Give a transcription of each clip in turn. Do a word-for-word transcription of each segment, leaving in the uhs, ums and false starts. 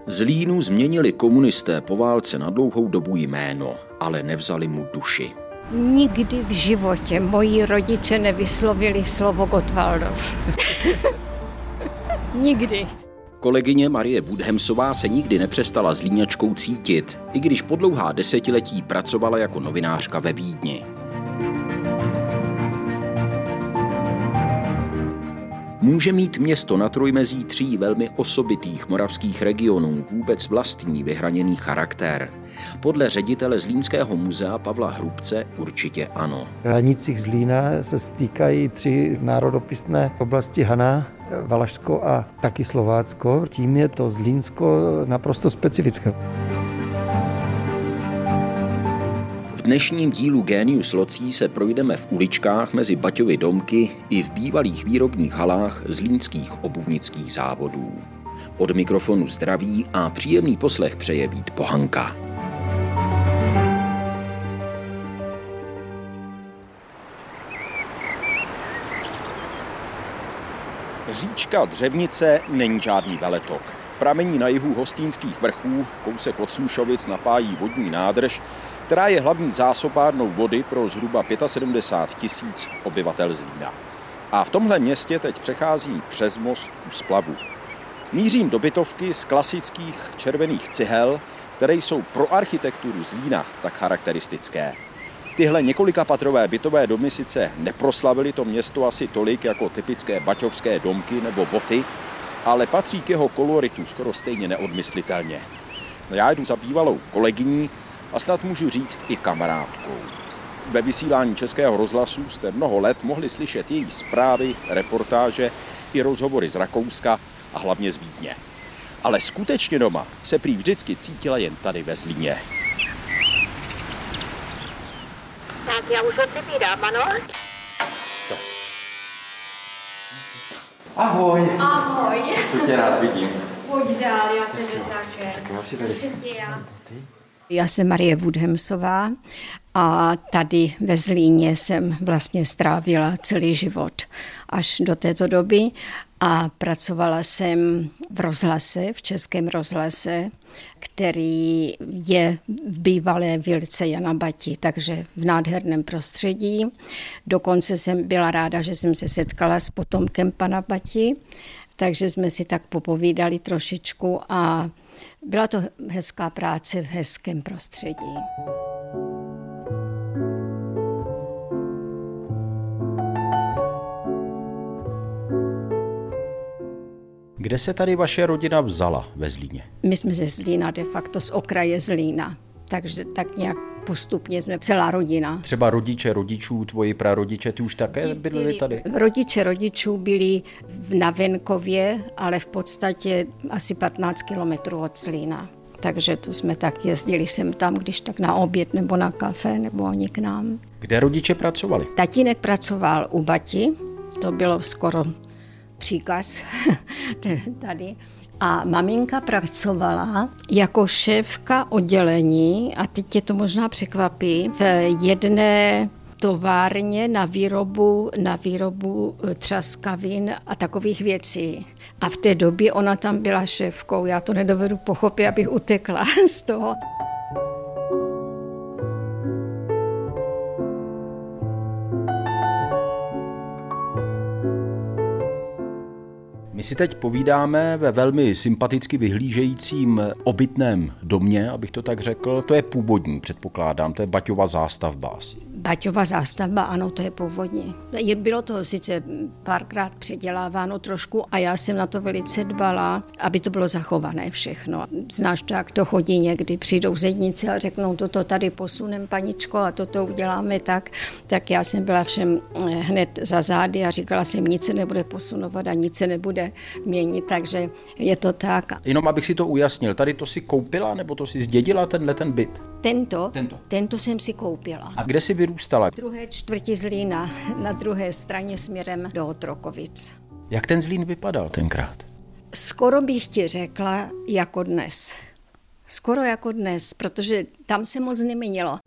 Zlínu změnili komunisté po válce na dlouhou dobu jméno, ale nevzali mu duši. Nikdy v životě moji rodiče nevyslovili slovo Gottwaldov. Nikdy. Kolegyně Marie Budhemsová se nikdy nepřestala Zlíňačkou cítit, i když po dlouhá desetiletí pracovala jako novinářka ve Vídni. Může mít město na trojmezí tří velmi osobitých moravských regionů vůbec vlastní vyhraněný charakter? Podle ředitele Zlínského muzea Pavla Hrubce určitě ano. V hranicích Zlína se stýkají tři národopisné oblasti Haná, Valašsko a taky Slovácko. Tím je to Zlínsko naprosto specifické. V dnešním dílu Genius Loci se projdeme v uličkách mezi Baťovy domky i v bývalých výrobních halách zlínských obuvnických závodů. Od mikrofonu zdraví a příjemný poslech přeje Vít Pohanka. Říčka Dřevnice není žádný veletok. Pramení na jihu Hostýnských vrchů, kousek od Slušovic napájí vodní nádrž, která je hlavní zásobárnou vody pro zhruba sedmdesát pět tisíc obyvatel Zlína. A v tomhle městě teď přecházím přes most u splavu. Mířím do bytovky z klasických červených cihel, které jsou pro architekturu Zlína tak charakteristické. Tyhle několikapatrové bytové domy sice neproslavily to město asi tolik jako typické baťovské domky nebo boty, ale patří k jeho koloritu skoro stejně neodmyslitelně. Já jdu za bývalou kolegyní a snad můžu říct i kamarádkou. Ve vysílání Českého rozhlasu jste mnoho let mohli slyšet její zprávy, reportáže i rozhovory z Rakouska a hlavně z Vídně. Ale skutečně doma se prý vždycky cítila jen tady ve Zlíně. Tak já už otevírám, ano? Ahoj. Ahoj. To tě rád vidím. Pojď dál, já tebe také. Tak já si tady... Prosím tě, já. Já jsem Marie Budhemsová a tady ve Zlíně jsem vlastně strávila celý život až do této doby a pracovala jsem v rozhlase, v Českém rozhlase, který je v bývalé vilce Jana Bati, takže v nádherném prostředí. Dokonce jsem byla ráda, že jsem se setkala s potomkem pana Bati, takže jsme si tak popovídali trošičku a byla to hezká práce v hezkém prostředí. Kde se tady vaše rodina vzala ve Zlíně? My jsme ze Zlína, de facto z okraje Zlína, takže tak nějak postupně jsme celá rodina. Třeba rodiče rodičů, tvoji prarodiče, ty už také bydleli tady? Rodiče rodičů byli na venkově, ale v podstatě asi patnáct kilometrů od Zlína. Takže to jsme tak jezdili sem tam, když tak na oběd nebo na kafe, nebo oni k nám. Kde rodiče pracovali? Tatínek pracoval u Bati, to bylo skoro příkaz tady. A maminka pracovala jako šéfka oddělení, a teď tě to možná překvapí, v jedné továrně na výrobu, na výrobu třaskavin a takových věcí. A v té době ona tam byla šéfkou. Já to nedovedu pochopit, abych utekla z toho. My si teď povídáme ve velmi sympaticky vyhlížejícím obytném domě, abych to tak řekl. To je původní, předpokládám, to je Baťova zástavba asi. Baťova zástavba, ano, to je původní. Je, bylo to sice párkrát předěláváno trošku a já jsem na to velice dbala, aby to bylo zachované všechno. Znáš to, jak to chodí někdy, přijdou zedníci a řeknou, toto tady posunem, paničko, a toto uděláme tak. Tak já jsem byla všem hned za zády a říkala jsem, nic se nebude posunovat a nic se nebude měnit, takže je to tak. Jenom abych si to ujasnil, tady to si koupila nebo to si zdědila tenhle ten byt? Tento, Tento, tento jsem si koupila. A kde si vyrůstala? V druhé čtvrti Zlína, na druhé straně směrem do Otrokovic. Jak ten Zlín vypadal tenkrát? Skoro bych ti řekla jako dnes. Skoro jako dnes, protože tam se moc neměnilo.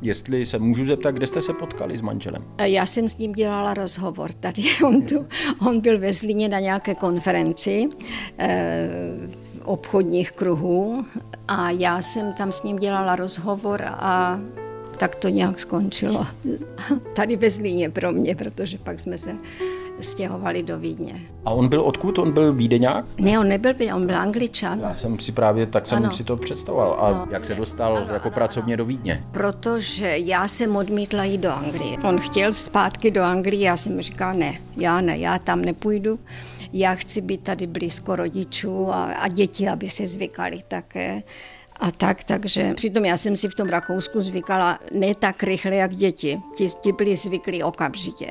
Jestli se můžu zeptat, kde jste se potkali s manželem? Já jsem s ním dělala rozhovor tady. On, tu, on byl ve Zlíně na nějaké konferenci eh, obchodních kruhů a já jsem tam s ním dělala rozhovor a tak to nějak skončilo. Tady ve Zlíně pro mě, protože pak jsme se stěhovali do Vídně. A on byl odkud? On byl Vídeňák? Ne, on nebyl, on byl Angličan. Já jsem si právě, tak jsem ano. si to představoval. A no, jak se dostal ano, jako ano, pracovně do Vídně? Protože já jsem odmítla jít do Anglie. On chtěl zpátky do Anglie, já jsem říkala ne, já ne, já tam nepůjdu. Já chci být tady blízko rodičů a, a děti, aby si zvykali také. A tak, takže přitom já jsem si v tom Rakousku zvykala ne tak rychle, jak děti. Ti, ti byli zvyklí okamžitě.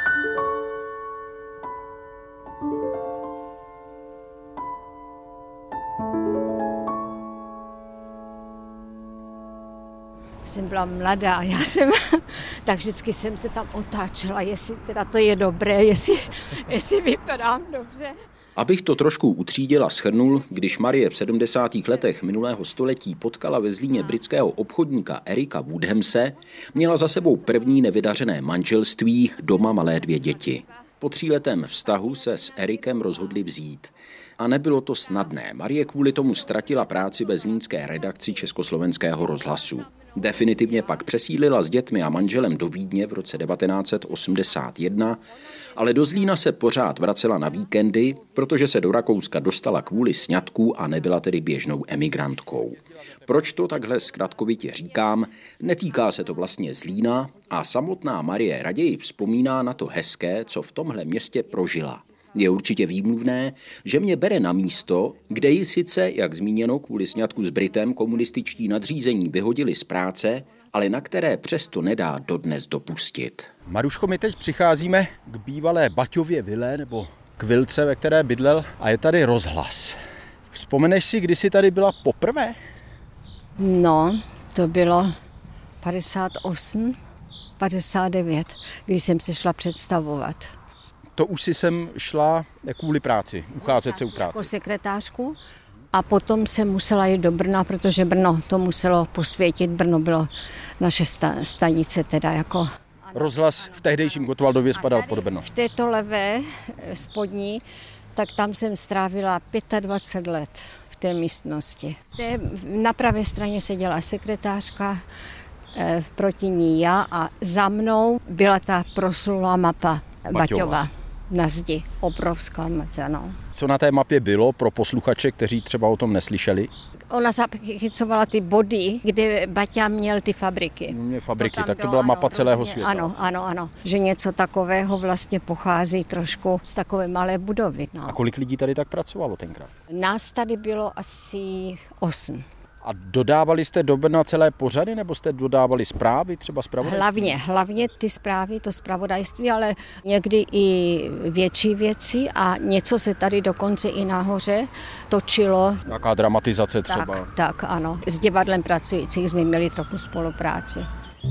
Jsem byla mladá, já jsem, tak vždycky jsem se tam otáčela, jestli teda to je dobré, jestli, jestli vypadám dobře. Abych to trošku utřídil a shrnul, když Marie v sedmdesátých letech minulého století potkala ve Zlíně britského obchodníka Erika Woodhamse, měla za sebou první nevydařené manželství, doma malé dvě děti. Po tříletém vztahu se s Erikem rozhodli vzít. A nebylo to snadné. Marie kvůli tomu ztratila práci ve zlínské redakci Československého rozhlasu. Definitivně pak přesídlila s dětmi a manželem do Vídně v roce devatenáct set osmdesát jedna, ale do Zlína se pořád vracela na víkendy, protože se do Rakouska dostala kvůli sňatku a nebyla tedy běžnou emigrantkou. Proč to takhle zkratkovitě říkám? Netýká se to vlastně Zlína a samotná Marie raději vzpomíná na to hezké, co v tomhle městě prožila. Je určitě výmluvné, že mě bere na místo, kde ji sice, jak zmíněno, kvůli sňatku s Britem komunističtí nadřízení vyhodili z práce, ale na které přesto nedá dodnes dopustit. Maruško, my teď přicházíme k bývalé Baťově vile, nebo k vilce, ve které bydlel, a je tady rozhlas. Vzpomeneš si, kdy jsi tady byla poprvé? No, to bylo padesát osm, padesát devět, když jsem se šla představovat. To už si sem šla kvůli práci, ucházet se u práce. Jako sekretářku a potom jsem musela jít do Brna, protože Brno to muselo posvětit. Brno bylo naše stanice teda jako... Rozhlas v tehdejším Gottwaldově spadal pod Brno. V této levé spodní, tak tam jsem strávila dvacet pět let v té místnosti. Na pravé straně seděla sekretářka, proti ní já a za mnou byla ta proslulá mapa Baťova na zdi, obrovská mapa, no. Co na té mapě bylo pro posluchače, kteří třeba o tom neslyšeli? Ona zachycovala ty body, kde Baťa měl ty fabriky. Měl fabriky, to tak to bylo, byla ano, mapa celého různě, světa. Ano, ano, ano. Že něco takového vlastně pochází trošku z takové malé budovy. No. A kolik lidí tady tak pracovalo tenkrát? Nás tady bylo asi osm. A dodávali jste do Brna celé pořady, nebo jste dodávali zprávy, třeba zpravodajství? Hlavně, hlavně ty zprávy, to zpravodajství, ale někdy i větší věci a něco se tady dokonce i nahoře točilo. Nějaká dramatizace třeba? Tak, tak, ano. S divadlem pracujících jsme měli trochu spolupráci.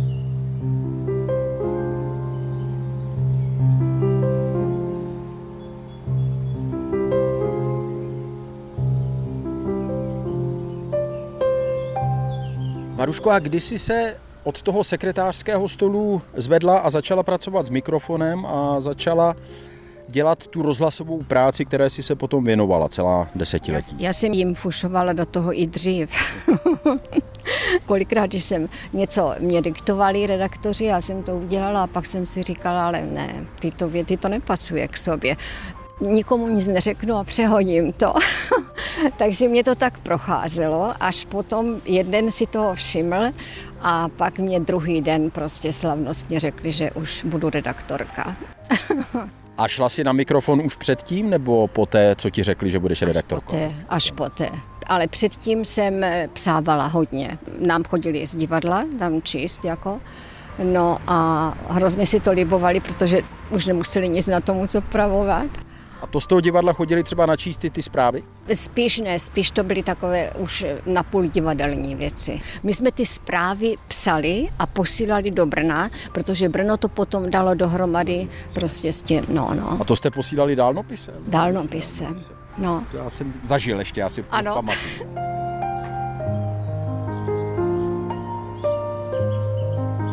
Maruško, a kdy jsi se od toho sekretářského stolu zvedla a začala pracovat s mikrofonem a začala dělat tu rozhlasovou práci, které si se potom věnovala celá desetiletí? Já, já jsem jim fušovala do toho i dřív. Kolikrát, když jsem něco mě diktovali redaktoři, já jsem to udělala a pak jsem si říkala, ale ne, tyto věty to nepasuje k sobě. Nikomu nic neřeknu a přehodím to. Takže mě to tak procházelo, až potom jeden si toho všiml a pak mě druhý den prostě slavnostně řekli, že už budu redaktorka. A šla jsi na mikrofon už předtím, nebo poté, co ti řekli, že budeš redaktorkou? Až poté, až poté. Ale předtím jsem psávala hodně. Nám chodili z divadla, tam číst jako. No a hrozně si to libovali, protože už nemuseli nic na tomu, co pravovat. A to z toho divadla chodili třeba načíst ty, ty zprávy? Spíš ne, spíš to byly takové už napůl divadelní věci. My jsme ty zprávy psali a posílali do Brna, protože Brno to potom dalo dohromady prostě s tím, no, no. A to jste posílali dálnopisem? Dálnopisem, no. Já jsem zažil ještě, já si ano. Pamatuju.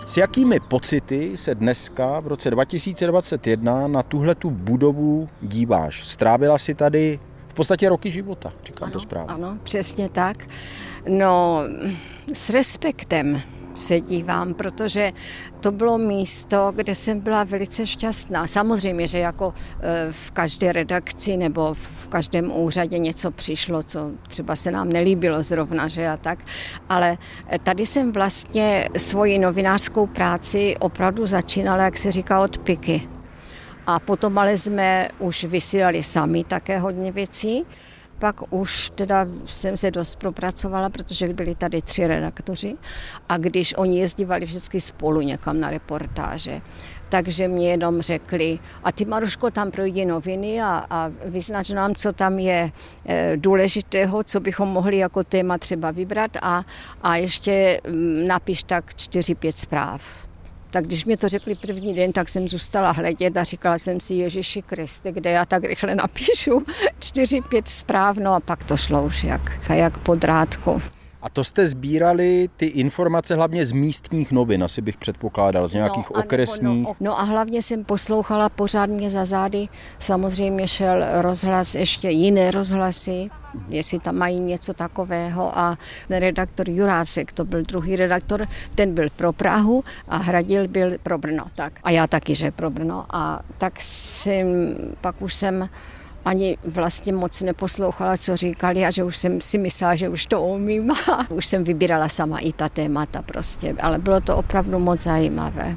S jakými pocity se dneska v roce dva tisíce dvacet jedna na tuhletu budovu díváš? Strávila si tady v podstatě roky života, říkám ano, to správně. Ano, přesně tak. No, s respektem se dívám, protože to bylo místo, kde jsem byla velice šťastná. Samozřejmě, že jako v každé redakci nebo v každém úřadě něco přišlo, co třeba se nám nelíbilo zrovna, že a tak, ale tady jsem vlastně svoji novinářskou práci opravdu začínala, jak se říká, od piky. A potom ale jsme už vysílali sami také hodně věcí. Pak už teda jsem se dost propracovala, protože byli tady tři redaktoři a když oni jezdívali vždycky spolu někam na reportáže, takže mě jenom řekli, a ty, Maruško, tam projdi noviny a, a vyznač nám, co tam je e, důležitého, co bychom mohli jako téma třeba vybrat a, a ještě m, napiš tak čtyři, pět zpráv. Tak když mi to řekli první den, tak jsem zůstala hledět a říkala jsem si, Ježiši Kriste, kde já tak rychle napíšu čtyři, pět zpráv, no a pak to šlo už jak, jak po drátku. A to jste sbírali ty informace hlavně z místních novin, asi bych předpokládal, z nějakých no, okresních. No, no a hlavně jsem poslouchala pořádně za zády, samozřejmě šel rozhlas, ještě jiné rozhlasy, jestli tam mají něco takového a redaktor Jurásek, to byl druhý redaktor, ten byl pro Prahu a Hradil byl pro Brno, tak. A já taky, že pro Brno a tak jsem, pak už jsem ani vlastně moc neposlouchala, co říkali a že už jsem si myslela, že už to umím a už jsem vybírala sama i ta témata prostě, ale bylo to opravdu moc zajímavé.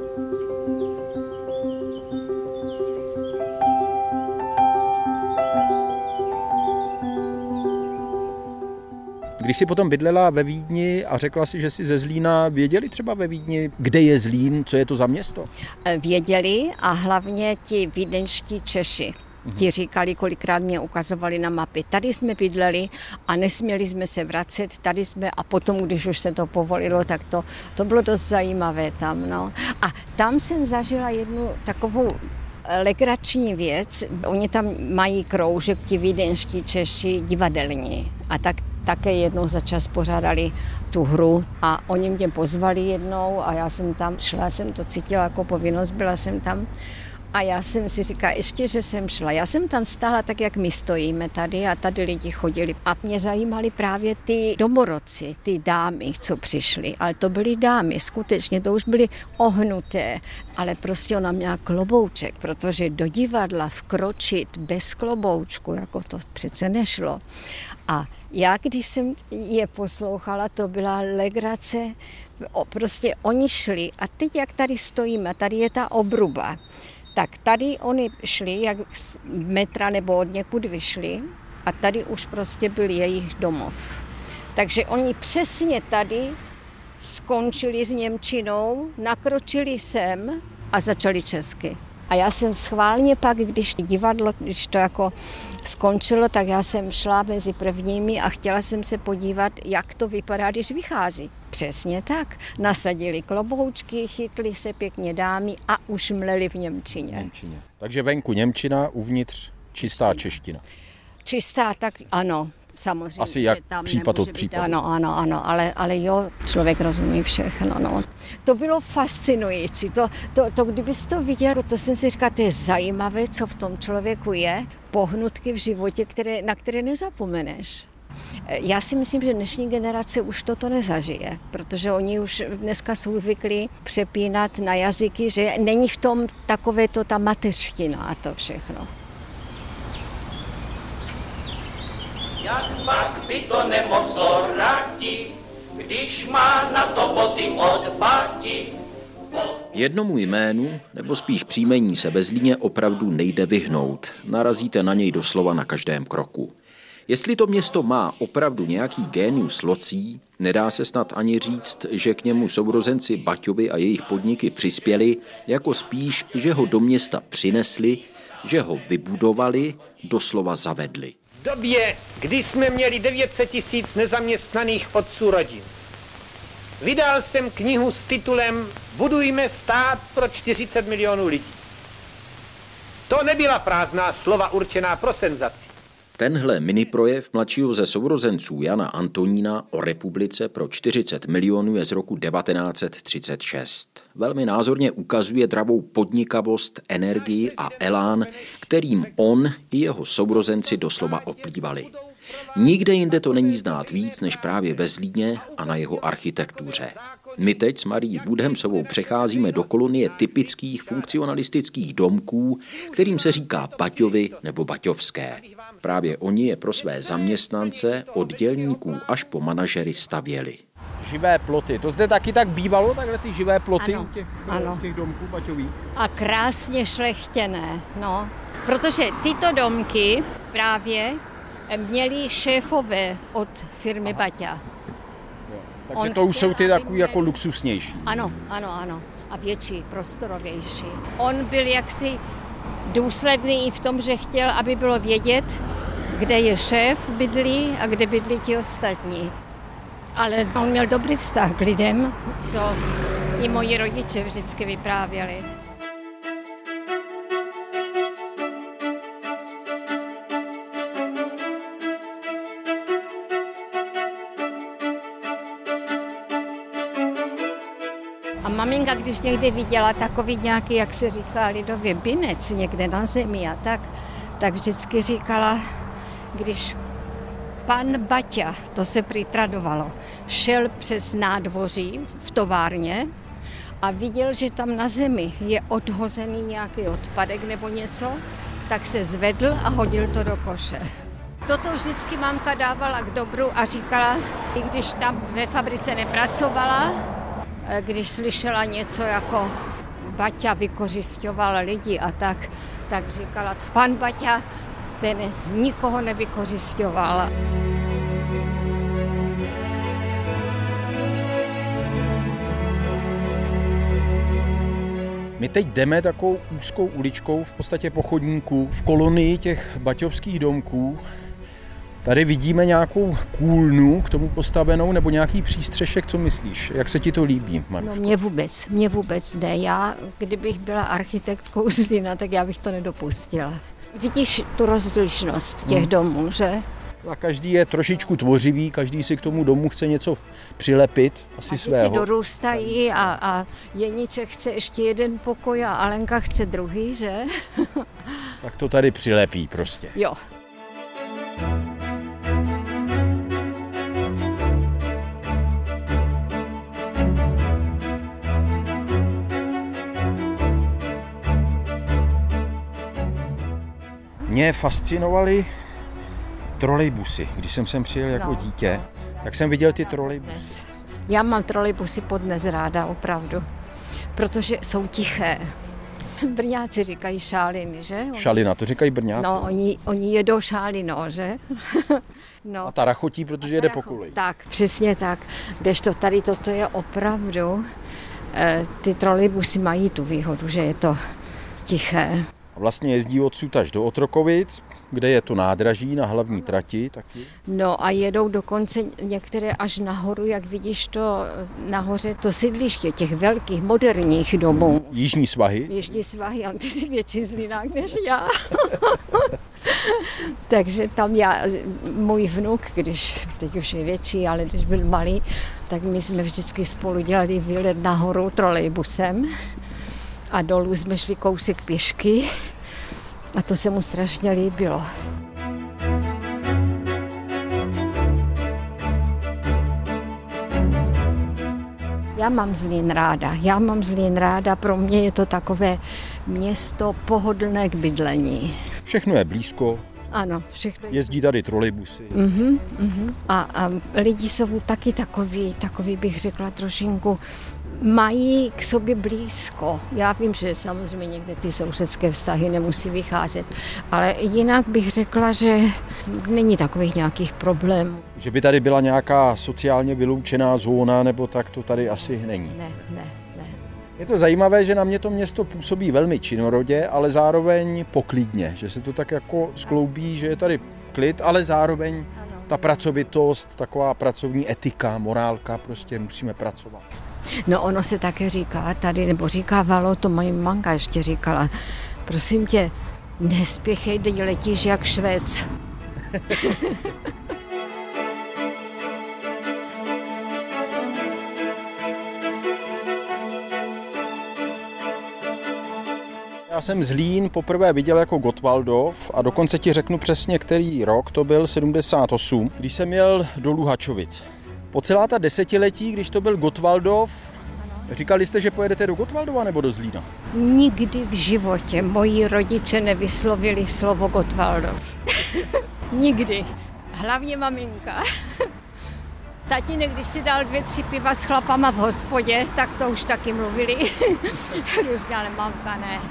Když jsi potom bydlela ve Vídni a řekla si, že jsi ze Zlína, věděli třeba ve Vídni, kde je Zlín, co je to za město? Věděli a hlavně ti vídeňští Češi. Ti říkali, kolikrát mě ukazovali na mapy. Tady jsme bydleli a nesměli jsme se vracet, tady jsme a potom, když už se to povolilo, tak to, to bylo dost zajímavé tam. No. A tam jsem zažila jednu takovou legrační věc. Oni tam mají kroužek, ti vídeňští Češi, divadelní. A tak také jednou za čas pořádali tu hru a oni mě pozvali jednou a já jsem tam šla, jsem to cítila jako povinnost, byla jsem tam. A já jsem si říkala, ještě, že jsem šla. Já jsem tam stála tak, jak my stojíme tady a tady lidi chodili. A mě zajímaly právě ty domorodci, ty dámy, co přišly. Ale to byly dámy, skutečně, to už byly ohnuté. Ale prostě ona měla klobouček, protože do divadla vkročit bez kloboučku, jako to přece nešlo. A já, když jsem je poslouchala, to byla legrace. Prostě oni šli a teď, jak tady stojíme, tady je ta obruba. Tak tady oni šli, jak z metra nebo od někud vyšli a tady už prostě byl jejich domov. Takže oni přesně tady skončili s němčinou, nakročili sem a začali česky. A já jsem schválně pak, když divadlo, když to jako skončilo, tak já jsem šla mezi prvními a chtěla jsem se podívat, jak to vypadá, když vychází. Přesně tak. Nasadili kloboučky, chytli se pěkně dámy a už mleli v němčině. němčině. Takže venku němčina, uvnitř čistá čeština. Čistá, tak ano. Samozřejmě, asi jak že tam případ od být, případu. Ano, ano, ano, ale, ale jo, člověk rozumí všechno, no. To bylo fascinující, to, to, to kdybys to viděl, to jsem si říkala, to je zajímavé, co v tom člověku je, pohnutky v životě, které, na které nezapomeneš. Já si myslím, že dnešní generace už toto nezažije, protože oni už dneska jsou zvyklí přepínat na jazyky, že není v tom takové to ta mateřština a to všechno. Jak pak by to nemohlo rati, když má na to boty od bati. Jednomu jménu, nebo spíš příjmení se ve Zlíně opravdu nejde vyhnout. Narazíte na něj doslova na každém kroku. Jestli to město má opravdu nějaký génius locí, nedá se snad ani říct, že k němu sourozenci Baťovi a jejich podniky přispěli, jako spíš, že ho do města přinesli, že ho vybudovali, doslova zavedli. V době, kdy jsme měli devět set tisíc nezaměstnaných otců rodin, vydal jsem knihu s titulem Budujme stát pro čtyřicet milionů lidí. To nebyla prázdná slova určená pro senzaci. Tenhle miniprojev mladšího ze sourozenců Jana Antonína o republice pro čtyřicet milionů je z roku devatenáct set třicet šest. Velmi názorně ukazuje dravou podnikavost, energii a elán, kterým on i jeho sourozenci doslova oplývali. Nikde jinde to není znát víc než právě ve Zlíně a na jeho architektuře. My teď s Marií Woodhamsovou přecházíme do kolonie typických funkcionalistických domků, kterým se říká Baťovy nebo Baťovské. Právě oni je pro své zaměstnance od dělníků až po manažery stavěli. Živé ploty, to zde taky tak bývalo, takhle ty živé ploty ano, u těch, ano. těch domků baťových? A krásně šlechtěné, no. Protože tyto domky právě měli šéfové od firmy Baťa. Takže On to už jsou ty chtěl, takový jako luxusnější. Ano, ano, ano. A větší, prostorovější. On byl jaksi důsledný i v tom, že chtěl, aby bylo vědět, kde je šéf bydlí a kde bydlí ti ostatní. Ale on měl dobrý vztah k lidem, co i moji rodiče vždycky vyprávěli. A maminka, když někdy viděla takový nějaký, jak se říká lidově, binec někde na zemi a tak, tak vždycky říkala, když pan Baťa, to se přitradovalo, šel přes nádvoří v továrně a viděl, že tam na zemi je odhozený nějaký odpadek nebo něco, tak se zvedl a hodil to do koše. Toto vždycky mamka dávala k dobru a říkala, i když tam ve fabrice nepracovala, když slyšela něco jako Baťa vykořisťoval lidi a tak, tak říkala, pan Baťa, ten nikoho nevykořisťoval. My teď jdeme takovou úzkou uličkou, v podstatě po chodníku, v kolonii těch baťovských domků. Tady vidíme nějakou kůlnu k tomu postavenou, nebo nějaký přístřešek, co myslíš? Jak se ti to líbí, Maruško? No mě vůbec, mě vůbec ne. Já, kdybych byla architektkou Zlína, tak já bych to nedopustila. Vidíš tu rozlišnost těch hmm. domů, že? A každý je trošičku tvořivý, každý si k tomu domu chce něco přilepit, asi a svého. A dorůstají a, a Jeníček chce ještě jeden pokoj a Alenka chce druhý, že? Tak to tady přilepí prostě. Jo. Mě fascinovaly trolejbusy. Když jsem sem přijel jako no. dítě, tak jsem viděl ty trolejbusy. Já mám trolejbusy podnes ráda, opravdu, protože jsou tiché. Brňáci říkají šáliny, že? Šalina, to říkají Brňáci. No, oni, oni jedou šálino, že? No. A ta rachotí, protože jede po koleji. Tak, přesně tak. Kdežto tady toto je opravdu, ty trolejbusy mají tu výhodu, že je to tiché. Vlastně jezdí odsud až do Otrokovic, kde je to nádraží na hlavní trati taky. No a jedou dokonce některé až nahoru, jak vidíš to nahoře, to sídliště těch velkých moderních domů. Jižní svahy. Jižní svahy, ale ty jsi větší Zlínák než já. Takže tam já, můj vnuk, když teď už je větší, ale když byl malý, tak my jsme vždycky spolu dělali výlet nahoru trolejbusem. A dolů jsme šli kousek pěšky a to se mu strašně líbilo. Já mám Zlín ráda, já mám Zlín ráda, pro mě je to takové město pohodlné k bydlení. Všechno je blízko. Ano, všechno. Jezdí tady trolejbusy. Uh-huh, uh-huh. A, a lidi jsou taky takový, takový bych řekla trošinku, mají k sobě blízko. Já vím, že samozřejmě někde ty sousedské vztahy nemusí vycházet, ale jinak bych řekla, že není takových nějakých problémů. Že by tady byla nějaká sociálně vyloučená zóna, nebo tak to tady asi není. Ne, ne, ne. Je to zajímavé, že na mě to město působí velmi činorodě, ale zároveň poklidně, že se to tak jako skloubí, že je tady klid, ale zároveň ta pracovitost, taková pracovní etika, morálka, prostě musíme pracovat. No ono se také říká tady, nebo říkávalo, to moje mamka ještě říkala, prosím tě, nespěchej, teď letíš jak Švéd. Já jsem Zlín poprvé viděl jako Gottwaldov a dokonce ti řeknu přesně, který rok, to byl sedmdesát osm, když jsem jel do Luhačovic. Po celá ta desetiletí, když to byl Gottwaldov, říkali jste, že pojedete do Gottwaldova nebo do Zlína? Nikdy v životě moji rodiče nevyslovili slovo Gottwaldov. Nikdy. Hlavně maminka. Tatínek, když si dal dvě, tři piva s chlapama v hospodě, tak to už taky mluvili. Různě, ale mamka ne.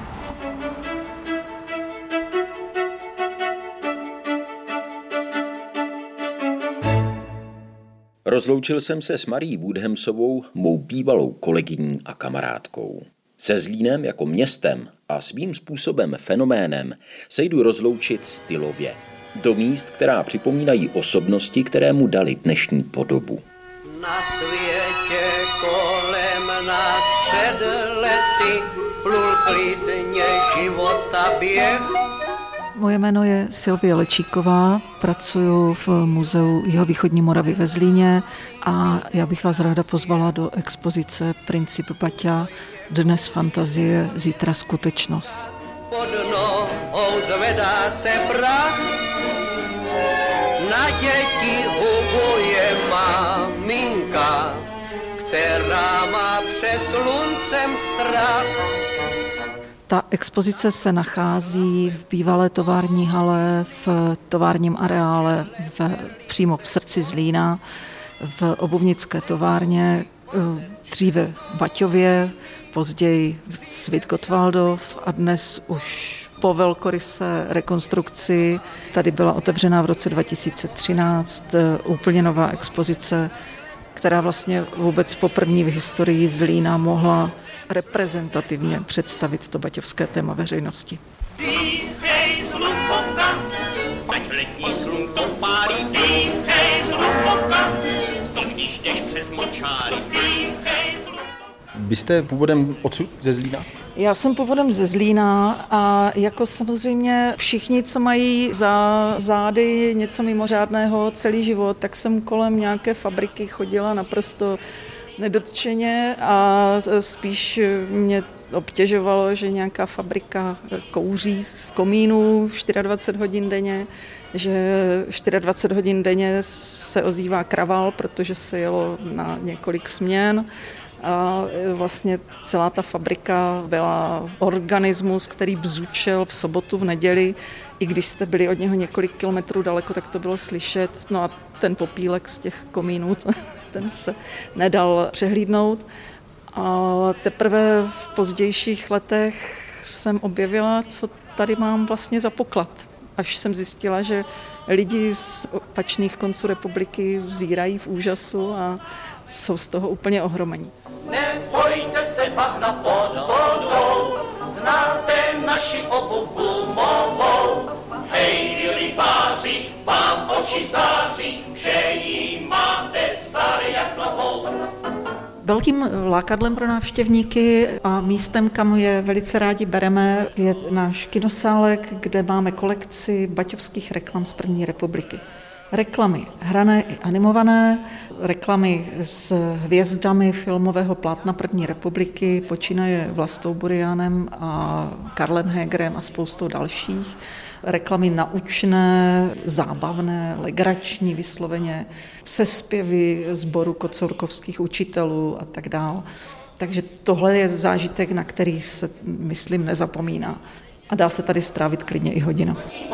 Rozloučil jsem se s Marií Woodhamsovou, mou bývalou kolegyní a kamarádkou. Se Zlínem jako městem a svým způsobem fenoménem se jdu rozloučit stylově. Do míst, která připomínají osobnosti, které mu dali dnešní podobu. Na světě kolem nás před lety plul klidně života běh. Moje jméno je Sylvie Lečíková, pracuji v Muzeu Jihovýchodní Moravy ve Zlíně a já bych vás ráda pozvala do expozice Princip Baťa, dnes fantazie, zítra skutečnost. Pod nohou zvedá se prach, na děti hubuje maminka, která má před sluncem strach. Ta expozice se nachází v bývalé tovární hale, v továrním areále v, přímo v srdci Zlína, v obuvnické továrně, dříve Baťově, později Svit Gottwaldov a dnes už po velkoryse rekonstrukci. Tady byla otevřená v roce dva tisíce třináct úplně nová expozice, která vlastně vůbec poprvé v historii Zlína mohla reprezentativně představit to baťovské téma veřejnosti. Dýchej zluboka, ať letní slunko pálí, dýchej zluboka, i když jdeš přes močáry, dýchej zluboka. Vy jste původem odsud ze Zlína? Já jsem původem ze Zlína a jako samozřejmě všichni, co mají za zády něco mimořádného celý život, tak jsem kolem nějaké fabriky chodila naprosto nedotčeně a spíš mě obtěžovalo, že nějaká fabrika kouří z komínů dvacet čtyři hodin denně, že dvacet čtyři hodin denně se ozývá kraval, protože se jelo na několik směn. A vlastně celá ta fabrika byla organismus, který bzučel v sobotu, v neděli. I když jste byli od něho několik kilometrů daleko, tak to bylo slyšet. No a ten popílek z těch komínů, ten se nedal přehlídnout. A teprve v pozdějších letech jsem objevila, co tady mám vlastně za poklad. Až jsem zjistila, že lidi z opačných konců republiky vzírají v úžasu a jsou z toho úplně ohromení. Nebojte se bahna pod vodou, znáte naši obuv gumovou. Hej, vy rybáři, vám oči září, že ji máte staré jak novou. Velkým lákadlem pro návštěvníky a místem, kam je velice rádi bereme, je náš kinosálek, kde máme kolekci baťovských reklam z první republiky. Reklamy hrané i animované, reklamy s hvězdami filmového plátna první republiky, počínaje Vlastou Burianem a Karlem Hegerem a spoustou dalších. Reklamy naučné, zábavné, legrační vysloveně, sespěvy sboru kocourkovských učitelů a tak dál. Takže tohle je zážitek, na který se, myslím, nezapomíná. A dá se tady strávit klidně i hodina.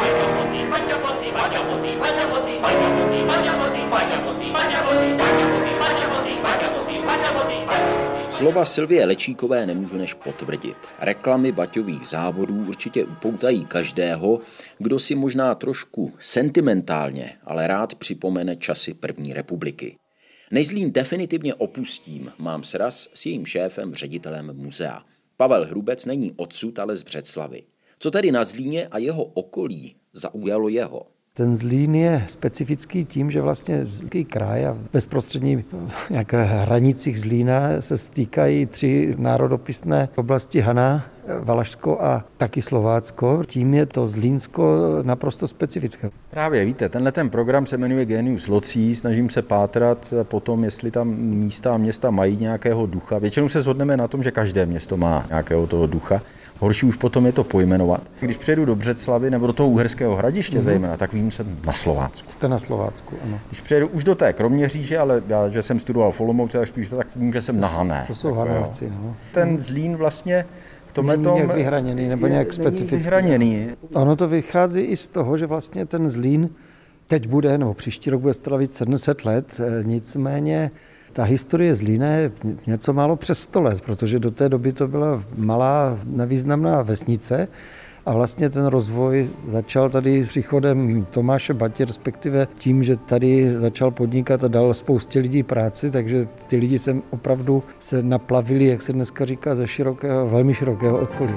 Slova Sylvie Lečíkové nemůžu než potvrdit. Reklamy baťových závodů určitě upoutají každého, kdo si možná trošku sentimentálně, ale rád připomene časy první republiky. Než Zlín definitivně opustím, mám sraz s jejím šéfem, ředitelem muzea. Pavel Hrubec není odsud, ale z Břeclavy. Co tedy na Zlíně a jeho okolí zaujalo jeho? Ten Zlín je specifický tím, že vlastně Zlínský kraj a bezprostřední nějaké hranicích Zlína se stýkají tři národopisné oblasti Haná, Valašsko a taky Slovácko. Tím je to Zlínsko naprosto specifické. Právě víte, tenhle ten program se jmenuje Genius Loci, snažím se pátrat po tom, jestli tam místa a města mají nějakého ducha. Většinou se shodneme na tom, že každé město má nějakého toho ducha. Horší už potom je to pojmenovat. Když přijedu do Břeclavy nebo do toho Uherského Hradiště mm-hmm. zejména, tak vím, že jsem na Slovácku. Jste na Slovácku, ano. Když přijedu už do té Kroměříže, ale já, že jsem studoval v Olomouci, tak spíš to, tak vím, že jsem to na Hané. To jsou Hanáci, no. Ten Zlín vlastně v tomhle není nějak vyhraněný nebo nějak specifický. Vyhraněný. Ono to vychází i z toho, že vlastně ten Zlín teď bude, nebo příští rok bude slavit sedm set let, nicméně ta historie Zlína je něco málo přes sto let, protože do té doby to byla malá nevýznamná vesnice a vlastně ten rozvoj začal tady s příchodem Tomáše Batě, respektive tím, že tady začal podnikat a dal spoustě lidí práci, takže ty lidi se opravdu se naplavili, jak se dneska říká, ze širokého, velmi širokého okolí.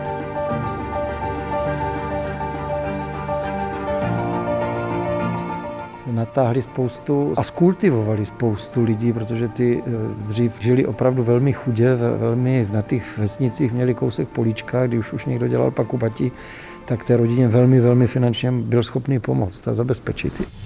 Natáhli spoustu a skultivovali spoustu lidí, protože ty dřív žili opravdu velmi chudě, velmi na těch vesnicích měli kousek políčka, když už někdo dělal pakubati, tak té rodině velmi, velmi finančně byl schopný pomoct a zabezpečit ji.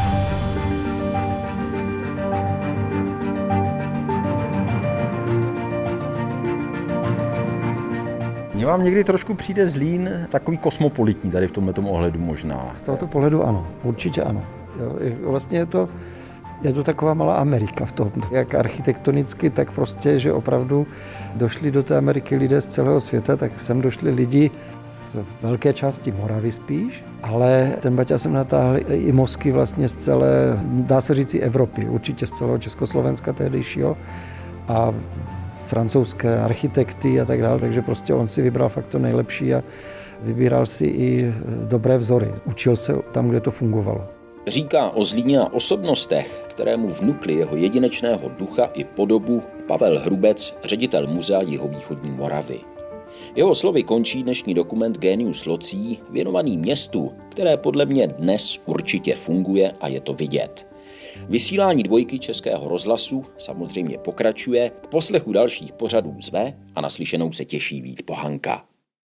Mně vám někdy trošku přijde Zlín takový kosmopolitní tady v tomto ohledu možná. Z tohoto pohledu ano, určitě ano. Jo, vlastně je to, je to taková malá Amerika v tom, jak architektonicky, tak prostě, že opravdu došli do té Ameriky lidé z celého světa, tak sem došli lidi z velké části Moravy spíš, ale ten Baťa sem natáhl i mozky vlastně z celé, dá se říct i Evropy, určitě z celého Československa tehdejšího a francouzské architekty a tak dále, takže prostě on si vybral fakt to nejlepší a vybíral si i dobré vzory. Učil se tam, kde to fungovalo. Říká o Zlíně a osobnostech, kterému vnukli jeho jedinečného ducha i podobu Pavel Hrubec, ředitel Muzea jihovýchodní Moravy. Jeho slovy končí dnešní dokument Genius Loci, věnovaný městu, které podle mě dnes určitě funguje a je to vidět. Vysílání dvojky Českého rozhlasu samozřejmě pokračuje, k poslechu dalších pořadů zve a naslyšenou se těší Vít Pohanka.